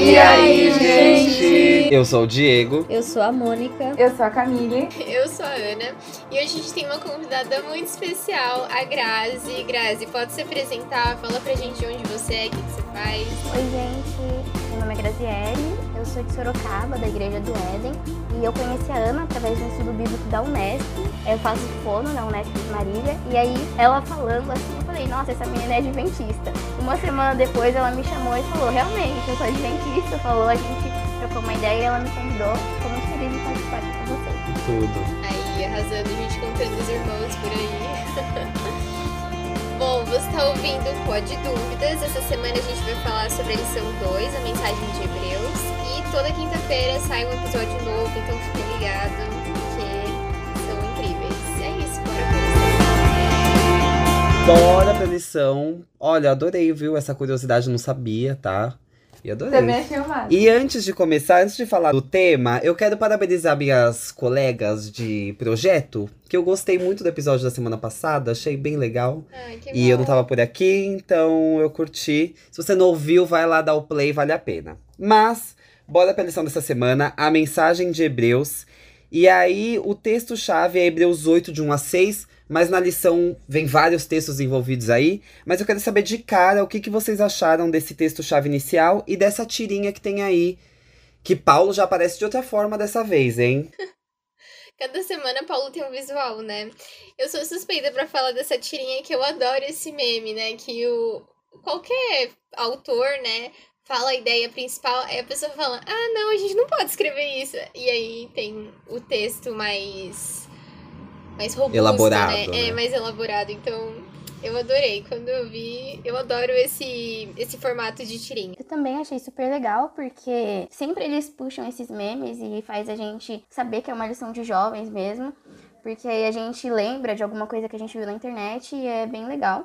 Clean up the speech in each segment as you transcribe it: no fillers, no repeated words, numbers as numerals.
E aí, gente? Eu sou o Diego. Eu sou a Mônica. Eu sou a Camille. Eu sou a Ana. E hoje a gente tem uma convidada muito especial, a Grazi. Grazi, pode se apresentar? Fala pra gente onde você é, o que você faz. Oi, gente. Meu nome é Graziele. Eu sou de Sorocaba, da Igreja do Éden. E eu conheci a Ana através de um estudo bíblico da Unesp. Eu faço fono na Unesp de Marília. E aí, ela falando assim, eu falei, nossa, essa menina é adventista. Uma semana depois, ela me chamou e falou, realmente, eu sou adventista. Falou, a gente trocou uma ideia e ela me convidou. Estou muito feliz de participar aqui com vocês. Tudo. Aí, arrasando, a gente contando os irmãos por aí. Bom, você está ouvindo o Pod Dúvidas. Essa semana a gente vai falar sobre a lição 2, a mensagem de Hebreus. E toda quinta-feira sai um episódio novo, então fique ligado, porque são incríveis. É isso, Bora pra lição. Olha, adorei, viu? Essa curiosidade eu não sabia, tá? E adorei. Também achei o máximo. E antes de começar, antes de falar do tema, eu quero parabenizar minhas colegas de projeto, que eu gostei muito do episódio da semana passada, achei bem legal. Ai, que E bom. eu não tava por aqui, então eu curti. Se você não ouviu, vai lá dar o play, vale a pena. Mas, bora pra lição dessa semana, a mensagem de Hebreus. E aí, o texto-chave é Hebreus 8, de 1 a 6, mas na lição vem vários textos envolvidos aí. Mas eu quero saber de cara o que vocês acharam desse texto-chave inicial e dessa tirinha que tem aí. Que Paulo já aparece de outra forma dessa vez, hein? Cada semana Paulo tem um visual, né? Eu sou suspeita pra falar dessa tirinha que eu adoro esse meme, né? Que qualquer autor, né, fala a ideia principal, aí a pessoa fala, ah, não, a gente não pode escrever isso. E aí tem o texto mais robusto, Elaborado, né? É, mais elaborado. Então, eu adorei. Quando eu vi, eu adoro esse formato de tirinha. Eu também achei super legal, porque sempre eles puxam esses memes e faz a gente saber que é uma lição de jovens mesmo. Porque aí a gente lembra de alguma coisa que a gente viu na internet e é bem legal.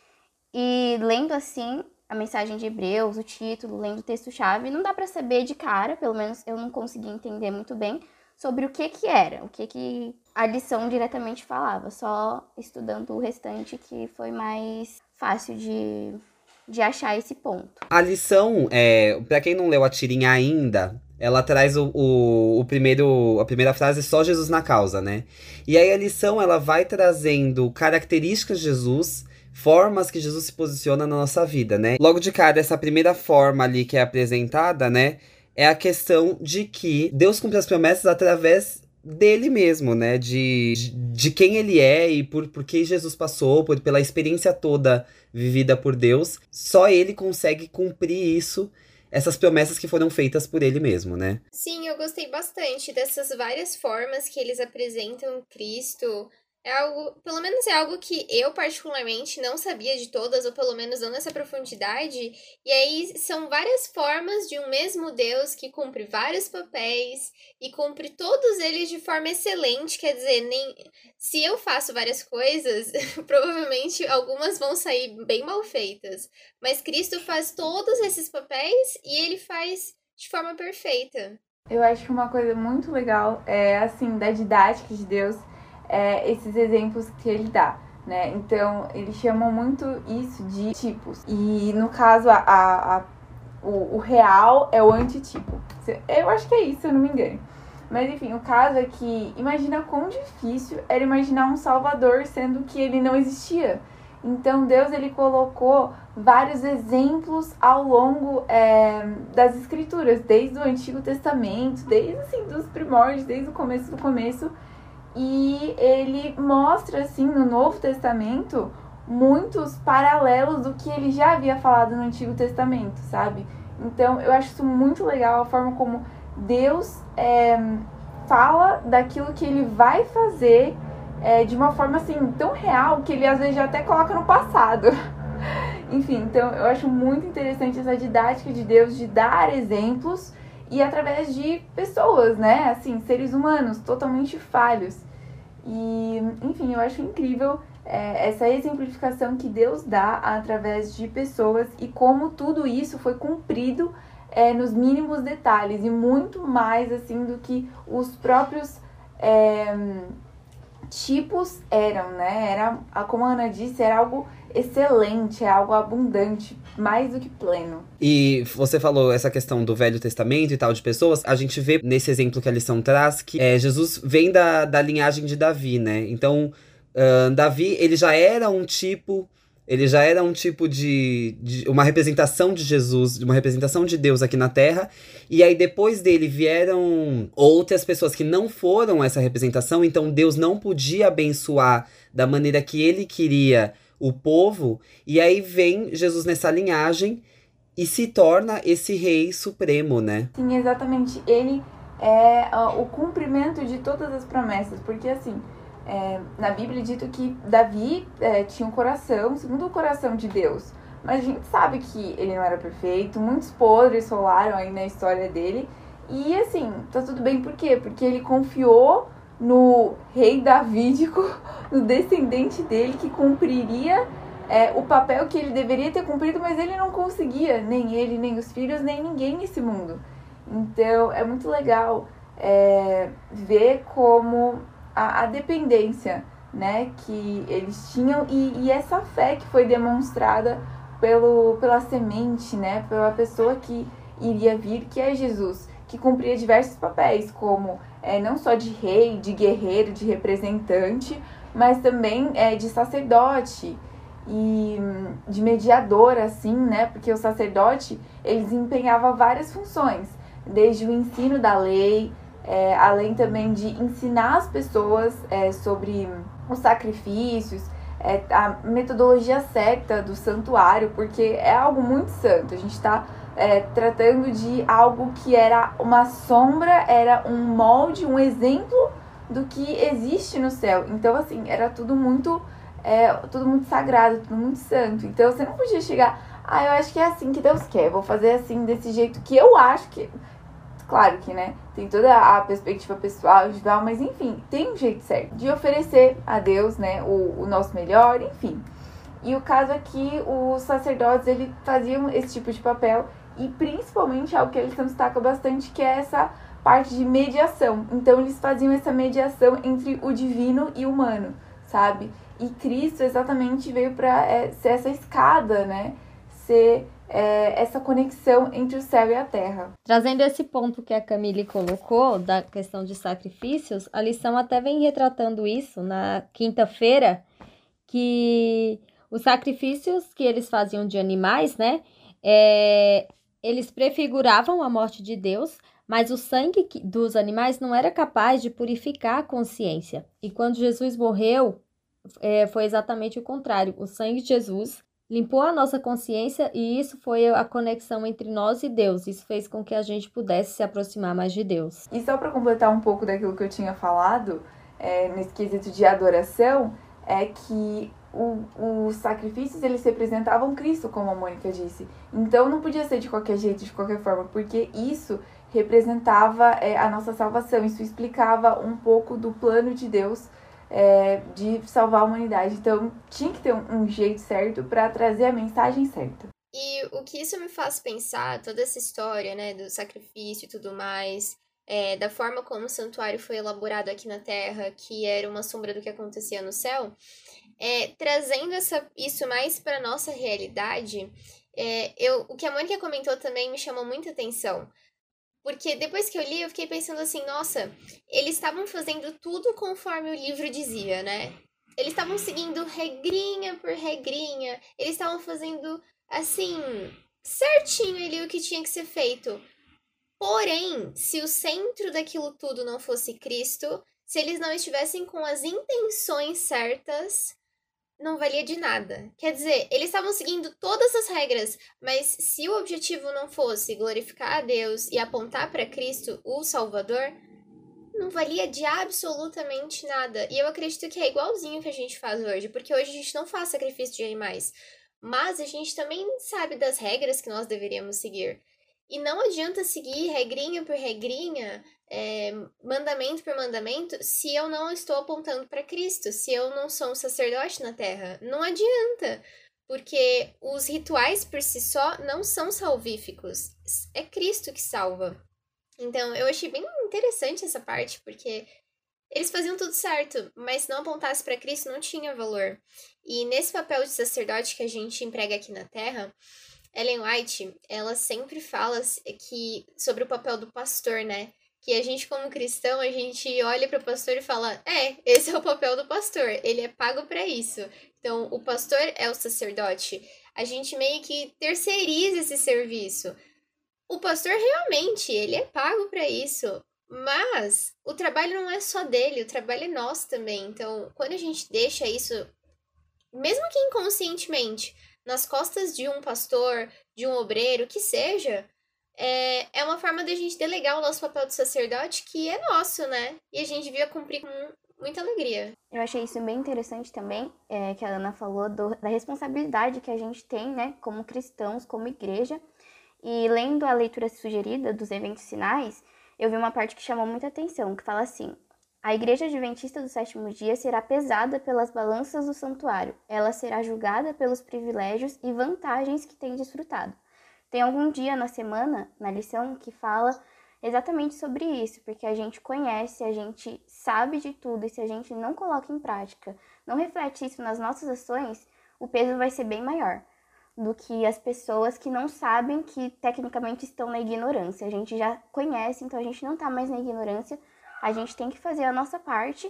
E lendo assim a mensagem de Hebreus, o título, lendo o texto-chave, não dá pra saber de cara, pelo menos eu não consegui entender muito bem, sobre o que era, o que a lição diretamente falava, só estudando o restante que foi mais fácil de achar esse ponto. A lição, pra quem não leu a tirinha ainda, ela traz a primeira frase, só Jesus na causa, né? E aí a lição, ela vai trazendo características de Jesus, formas que Jesus se posiciona na nossa vida, né? Logo de cara, essa primeira forma ali que é apresentada, né? É a questão de que Deus cumpre as promessas através dele mesmo, né? De quem ele é e por que Jesus passou, pela experiência toda vivida por Deus. Só ele consegue cumprir isso, essas promessas que foram feitas por ele mesmo, né? Sim, eu gostei bastante dessas várias formas que eles apresentam Cristo. É algo, pelo menos é algo que eu particularmente não sabia de todas, ou pelo menos não nessa profundidade. E aí são várias formas de um mesmo Deus que cumpre vários papéis e cumpre todos eles de forma excelente. Quer dizer, se eu faço várias coisas, provavelmente algumas vão sair bem mal feitas. Mas Cristo faz todos esses papéis e ele faz de forma perfeita. Eu acho que uma coisa muito legal é, assim, da didática de Deus, esses exemplos que ele dá, né? Então, eles chamam muito isso de tipos. E, no caso, o real é o antitipo. Eu acho que é isso, se eu não me engano. Mas, enfim, o caso é que, imagina quão difícil era imaginar um Salvador, sendo que ele não existia. Então, Deus, ele colocou vários exemplos ao longo das Escrituras, desde o Antigo Testamento, desde, assim, dos primórdios, desde o começo do começo. E ele mostra, assim, no Novo Testamento, muitos paralelos do que ele já havia falado no Antigo Testamento, sabe? Então, eu acho isso muito legal, a forma como Deus fala daquilo que ele vai fazer de uma forma, assim, tão real que ele, às vezes, já até coloca no passado. Enfim, então, eu acho muito interessante essa didática de Deus de dar exemplos e através de pessoas, né? Assim, seres humanos totalmente falhos. E, enfim, eu acho incrível essa exemplificação que Deus dá através de pessoas e como tudo isso foi cumprido nos mínimos detalhes e muito mais, assim, do que os próprios tipos eram, né? Era, como a Ana disse, era algo excelente, é algo abundante, mais do que pleno. E você falou essa questão do Velho Testamento e tal, de pessoas. A gente vê nesse exemplo que a lição traz que Jesus vem da linhagem de Davi, né? Então, Davi, ele já era um tipo de uma representação de Jesus, de uma representação de Deus aqui na Terra. E aí depois dele vieram outras pessoas que não foram essa representação. Então Deus não podia abençoar da maneira que ele queria o povo. E aí vem Jesus nessa linhagem e se torna esse rei supremo, né? Sim, exatamente. Ele é o cumprimento de todas as promessas. Porque assim, na Bíblia é dito que Davi tinha um coração segundo o coração de Deus. Mas a gente sabe que ele não era perfeito. Muitos podres rolaram aí na história dele. E assim, tá tudo bem por quê? Porque ele confiou no rei davídico, no descendente dele, que cumpriria o papel que ele deveria ter cumprido, mas ele não conseguia. Nem ele, nem os filhos, nem ninguém nesse mundo. Então é muito legal ver como a dependência, né, que eles tinham e essa fé que foi demonstrada pela semente, né, pela pessoa que iria vir, que é Jesus, que cumpria diversos papéis, como não só de rei, de guerreiro, de representante, mas também de sacerdote e de mediador, assim, né, porque o sacerdote, ele desempenhava várias funções, desde o ensino da lei, além também de ensinar as pessoas sobre os sacrifícios, a metodologia certa do santuário, porque é algo muito santo. A gente está tratando de algo que era uma sombra, era um molde, um exemplo do que existe no céu. Então, assim, era tudo muito sagrado, tudo muito santo. Então, você não podia chegar, eu acho que é assim que Deus quer, vou fazer assim, desse jeito que eu acho que... Claro que, né, tem toda a perspectiva pessoal, individual, mas enfim, tem um jeito certo de oferecer a Deus, né, o nosso melhor, enfim. E o caso aqui, os sacerdotes, eles faziam esse tipo de papel e principalmente algo que eles destacam bastante, que é essa parte de mediação. Então, eles faziam essa mediação entre o divino e o humano, sabe? E Cristo exatamente veio para ser essa escada, né, ser... essa conexão entre o céu e a terra. Trazendo esse ponto que a Camille colocou, da questão de sacrifícios, a lição até vem retratando isso na quinta-feira, que os sacrifícios que eles faziam de animais, né, eles prefiguravam a morte de Deus, mas o sangue dos animais não era capaz de purificar a consciência. E quando Jesus morreu, foi exatamente o contrário. O sangue de Jesus limpou a nossa consciência e isso foi a conexão entre nós e Deus. Isso fez com que a gente pudesse se aproximar mais de Deus. E só para completar um pouco daquilo que eu tinha falado, nesse quesito de adoração, é que os sacrifícios, eles representavam Cristo, como a Mônica disse. Então não podia ser de qualquer jeito, de qualquer forma, porque isso representava a nossa salvação. Isso explicava um pouco do plano de Deus de salvar a humanidade. Então tinha que ter um jeito certo para trazer a mensagem certa. E o que isso me faz pensar, toda essa história, né, do sacrifício e tudo mais, da forma como o santuário foi elaborado aqui na Terra, que era uma sombra do que acontecia no céu, trazendo isso mais para nossa realidade, o que a Mônica comentou também me chamou muita atenção. Porque depois que eu li, eu fiquei pensando assim, nossa, eles estavam fazendo tudo conforme o livro dizia, né? Eles estavam seguindo regrinha por regrinha, eles estavam fazendo, assim, certinho ali o que tinha que ser feito. Porém, se o centro daquilo tudo não fosse Cristo, se eles não estivessem com as intenções certas, não valia de nada. Quer dizer, eles estavam seguindo todas as regras, mas se o objetivo não fosse glorificar a Deus e apontar para Cristo, o Salvador, não valia de absolutamente nada. E eu acredito que é igualzinho que a gente faz hoje, porque hoje a gente não faz sacrifício de animais, mas a gente também sabe das regras que nós deveríamos seguir. E não adianta seguir regrinha por regrinha, mandamento por mandamento, se eu não estou apontando para Cristo, se eu não sou um sacerdote na Terra. Não adianta, porque os rituais por si só não são salvíficos. É Cristo que salva. Então, eu achei bem interessante essa parte, porque eles faziam tudo certo, mas se não apontasse para Cristo, não tinha valor. E nesse papel de sacerdote que a gente emprega aqui na Terra, Ellen White, ela sempre fala sobre o papel do pastor, né? Que a gente, como cristão, a gente olha para o pastor e fala, esse é o papel do pastor, ele é pago para isso. Então, o pastor é o sacerdote. A gente meio que terceiriza esse serviço. O pastor realmente, ele é pago para isso. Mas o trabalho não é só dele, o trabalho é nosso também. Então, quando a gente deixa isso, mesmo que inconscientemente, nas costas de um pastor, de um obreiro, que seja, é uma forma da gente delegar o nosso papel de sacerdote, que é nosso, né? E a gente devia cumprir com muita alegria. Eu achei isso bem interessante também, que a Ana falou da responsabilidade que a gente tem, né, como cristãos, como igreja. E lendo a leitura sugerida dos eventos sinais, eu vi uma parte que chamou muita atenção, que fala assim: a Igreja Adventista do Sétimo Dia será pesada pelas balanças do santuário. Ela será julgada pelos privilégios e vantagens que tem desfrutado. Tem algum dia na semana, na lição, que fala exatamente sobre isso, porque a gente conhece, a gente sabe de tudo, e se a gente não coloca em prática, não reflete isso nas nossas ações, o peso vai ser bem maior do que as pessoas que não sabem, que tecnicamente estão na ignorância. A gente já conhece, então a gente não está mais na ignorância. A gente tem que fazer a nossa parte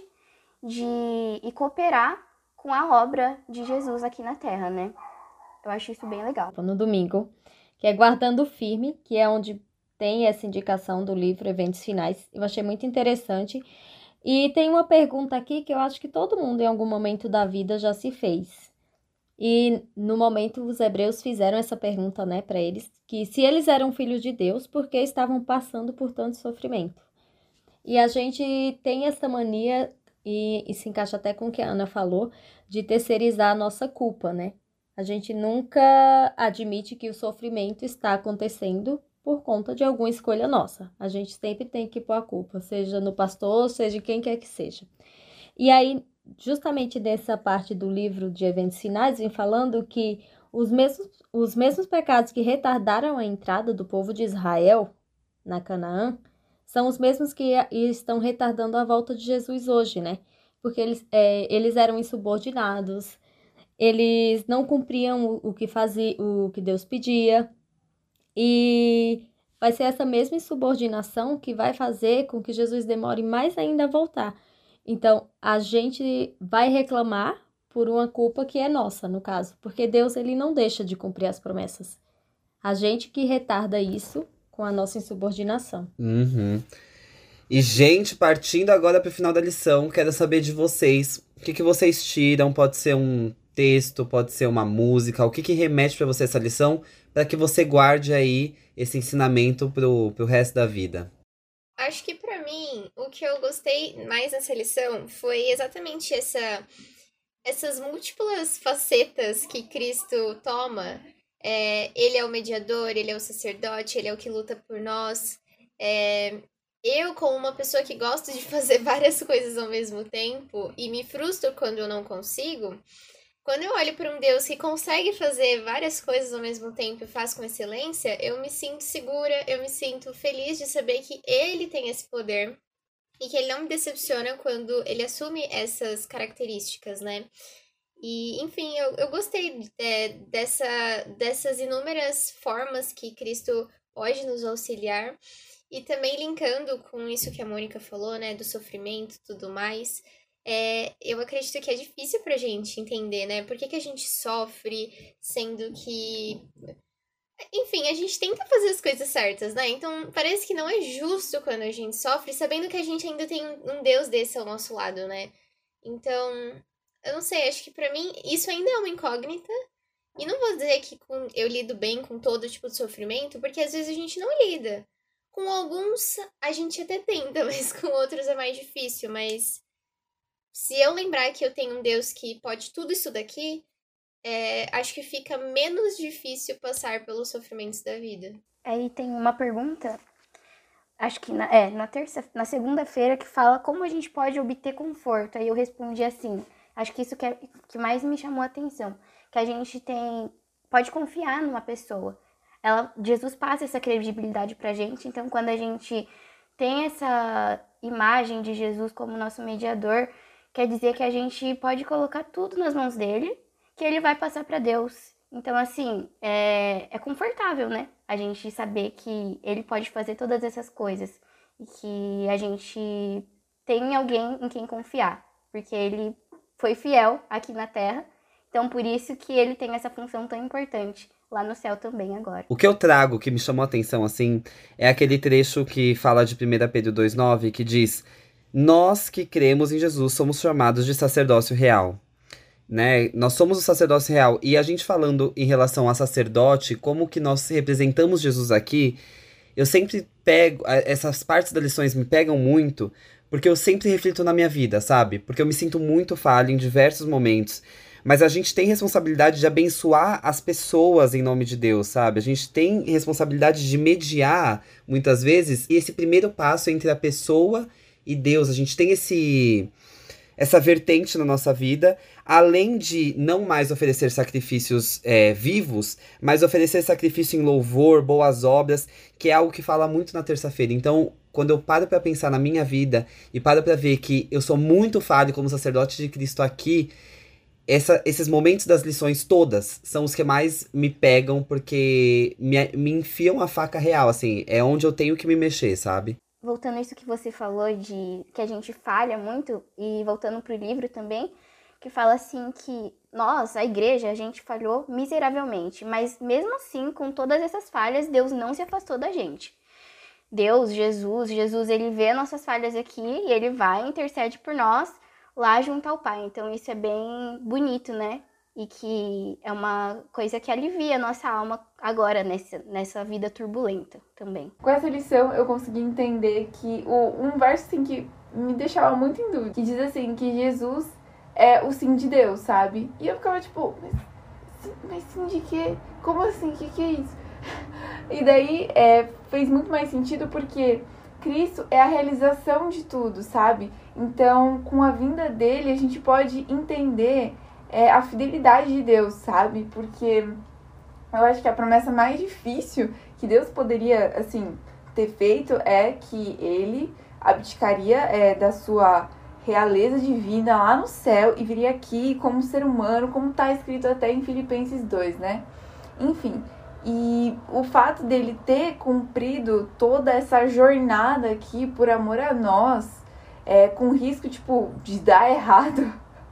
e cooperar com a obra de Jesus aqui na Terra, né? Eu acho isso bem legal. No domingo, que é Guardando Firme, que é onde tem essa indicação do livro Eventos Finais. Eu achei muito interessante. E tem uma pergunta aqui que eu acho que todo mundo em algum momento da vida já se fez. E no momento os hebreus fizeram essa pergunta, né, para eles, que se eles eram filhos de Deus, por que estavam passando por tanto sofrimento? E a gente tem essa mania, e se encaixa até com o que a Ana falou, de terceirizar a nossa culpa, né? A gente nunca admite que o sofrimento está acontecendo por conta de alguma escolha nossa. A gente sempre tem que pôr a culpa, seja no pastor, seja quem quer que seja. E aí, justamente dessa parte do livro de Eventos Finais, vem falando que os mesmos pecados que retardaram a entrada do povo de Israel na Canaã são os mesmos que estão retardando a volta de Jesus hoje, né? Porque eles eram insubordinados, eles não cumpriam o que Deus pedia, e vai ser essa mesma insubordinação que vai fazer com que Jesus demore mais ainda a voltar. Então, a gente vai reclamar por uma culpa que é nossa, no caso, porque Deus ele não deixa de cumprir as promessas. A gente que retarda isso com a nossa insubordinação. Uhum. E, gente, partindo agora para o final da lição, quero saber de vocês. O que vocês tiram? Pode ser um texto, pode ser uma música. O que remete para você essa lição, para que você guarde aí esse ensinamento pro resto da vida? Acho que pra mim, o que eu gostei mais nessa lição foi exatamente essas múltiplas facetas que Cristo toma. Ele é o mediador, ele é o sacerdote, ele é o que luta por nós. Eu, como uma pessoa que gosta de fazer várias coisas ao mesmo tempo e me frustro quando eu não consigo, quando eu olho para um Deus que consegue fazer várias coisas ao mesmo tempo e faz com excelência, eu me sinto segura, eu me sinto feliz de saber que ele tem esse poder e que ele não me decepciona quando ele assume essas características, né? E, enfim, eu gostei dessas inúmeras formas que Cristo pode nos auxiliar. E também linkando com isso que a Mônica falou, né, do sofrimento e tudo mais, eu acredito que é difícil pra gente entender, né, por que a gente sofre, sendo que... Enfim, a gente tenta fazer as coisas certas, né, então parece que não é justo quando a gente sofre, sabendo que a gente ainda tem um Deus desse ao nosso lado, né. Então, eu não sei, acho que pra mim isso ainda é uma incógnita, e não vou dizer que eu lido bem com todo tipo de sofrimento, porque às vezes a gente não lida. Com alguns a gente até tenta, mas com outros é mais difícil. Mas se eu lembrar que eu tenho um Deus que pode tudo isso daqui, acho que fica menos difícil passar pelos sofrimentos da vida. Aí tem uma pergunta, acho que na segunda-feira, que fala como a gente pode obter conforto. Aí eu respondi assim, acho que isso que mais me chamou a atenção, que a gente pode confiar numa pessoa. Jesus passa essa credibilidade pra gente, então quando a gente tem essa imagem de Jesus como nosso mediador, quer dizer que a gente pode colocar tudo nas mãos dele, que ele vai passar para Deus. Então, assim, é confortável, né? A gente saber que ele pode fazer todas essas coisas e que a gente tem alguém em quem confiar, porque ele foi fiel aqui na Terra, então por isso que ele tem essa função tão importante lá no céu também agora. O que eu trago, que me chamou a atenção, assim, é aquele trecho que fala de 1 Pedro 2,9, que diz: nós que cremos em Jesus somos chamados de sacerdócio real. Né? Nós somos o sacerdócio real. E a gente falando em relação a sacerdote, como que nós representamos Jesus aqui, eu sempre pego, essas partes das lições me pegam muito, porque eu sempre reflito na minha vida, sabe? Porque eu me sinto muito falho em diversos momentos. Mas a gente tem responsabilidade de abençoar as pessoas em nome de Deus, sabe? A gente tem responsabilidade de mediar, muitas vezes, e esse primeiro passo entre a pessoa e Deus. A gente tem essa vertente na nossa vida, além de não mais oferecer sacrifícios vivos, mas oferecer sacrifício em louvor, boas obras, que é algo que fala muito na terça-feira. Então, quando eu paro pra pensar na minha vida e paro pra ver que eu sou muito falho como sacerdote de Cristo aqui, esses momentos das lições todas são os que mais me pegam, porque me enfiam a faca real, assim, é onde eu tenho que me mexer, sabe? Voltando a isso que você falou de que a gente falha muito, e voltando pro livro também, que fala assim que nós, a igreja, a gente falhou miseravelmente, mas mesmo assim, com todas essas falhas, Deus não se afastou da gente. Deus, Jesus, ele vê nossas falhas aqui e ele vai e intercede por nós lá junto ao Pai. Então isso é bem bonito, né? E que é uma coisa que alivia a nossa alma agora, nessa vida turbulenta também. Com essa lição, eu consegui entender que um verso assim, que me deixava muito em dúvida, que diz assim, que Jesus é o sim de Deus, sabe? E eu ficava tipo, mas sim de quê? Como assim? O que é isso? E daí fez muito mais sentido porque Cristo é a realização de tudo, sabe? Então, com a vinda dele, a gente pode entender a fidelidade de Deus, sabe? Porque eu acho que a promessa mais difícil que Deus poderia, assim, ter feito é que ele abdicaria da sua realeza divina lá no céu e viria aqui como ser humano, como está escrito até em Filipenses 2, né? Enfim, e o fato dele ter cumprido toda essa jornada aqui por amor a nós, com risco, tipo, de dar errado,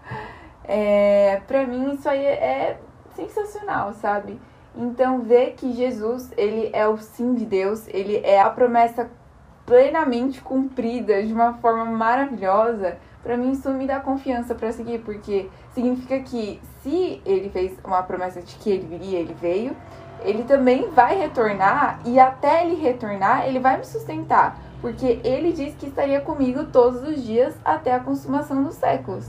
pra mim isso aí é sensacional, sabe? Então, ver que Jesus, ele é o sim de Deus, ele é a promessa plenamente cumprida de uma forma maravilhosa, pra mim isso me dá confiança pra seguir, porque significa que se ele fez uma promessa de que ele viria, ele veio, ele também vai retornar, e até ele retornar, ele vai me sustentar, porque ele disse que estaria comigo todos os dias até a consumação dos séculos.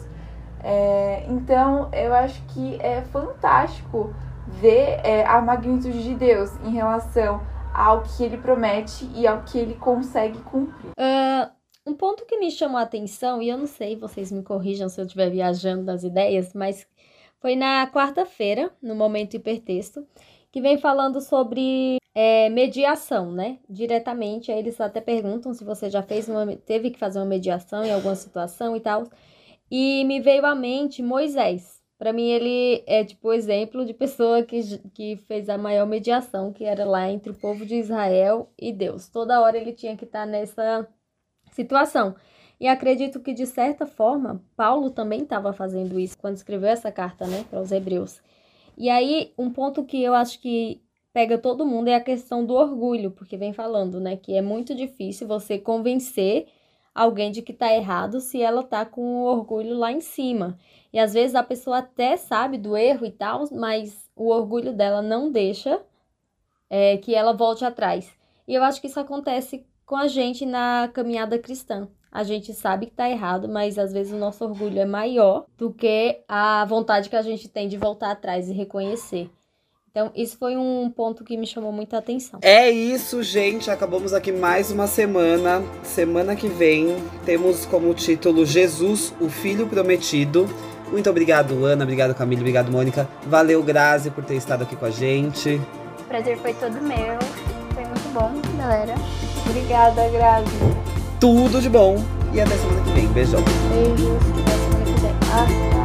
Então, eu acho que é fantástico ver a magnitude de Deus em relação ao que ele promete e ao que ele consegue cumprir. Um ponto que me chamou a atenção, e eu não sei, vocês me corrijam se eu estiver viajando das ideias, mas foi na quarta-feira, no Momento Hipertexto, que vem falando sobre mediação, né? Diretamente, aí eles até perguntam se você já teve que fazer uma mediação em alguma situação e tal. E me veio à mente Moisés. Para mim, ele é tipo o exemplo de pessoa que fez a maior mediação, que era lá entre o povo de Israel e Deus. Toda hora ele tinha que estar nessa situação. E acredito que, de certa forma, Paulo também estava fazendo isso quando escreveu essa carta, né, para os hebreus. E aí, um ponto que eu acho que pega todo mundo é a questão do orgulho, porque vem falando, né, que é muito difícil você convencer alguém de que tá errado se ela tá com o orgulho lá em cima. E às vezes a pessoa até sabe do erro e tal, mas o orgulho dela não deixa que ela volte atrás. E eu acho que isso acontece com a gente na caminhada cristã. A gente sabe que tá errado, mas às vezes o nosso orgulho é maior do que a vontade que a gente tem de voltar atrás e reconhecer. Então, isso foi um ponto que me chamou muita atenção. É isso, gente. Acabamos aqui mais uma semana. Semana que vem temos como título Jesus, o Filho Prometido. Muito obrigado, Ana. Obrigado, Camila. Obrigado, Mônica. Valeu, Grazi, por ter estado aqui com a gente. O prazer foi todo meu. Foi muito bom, galera. Obrigada, Grazi. tudo de bom e até semana que vem. Beijão. Beijos, até semana que vem.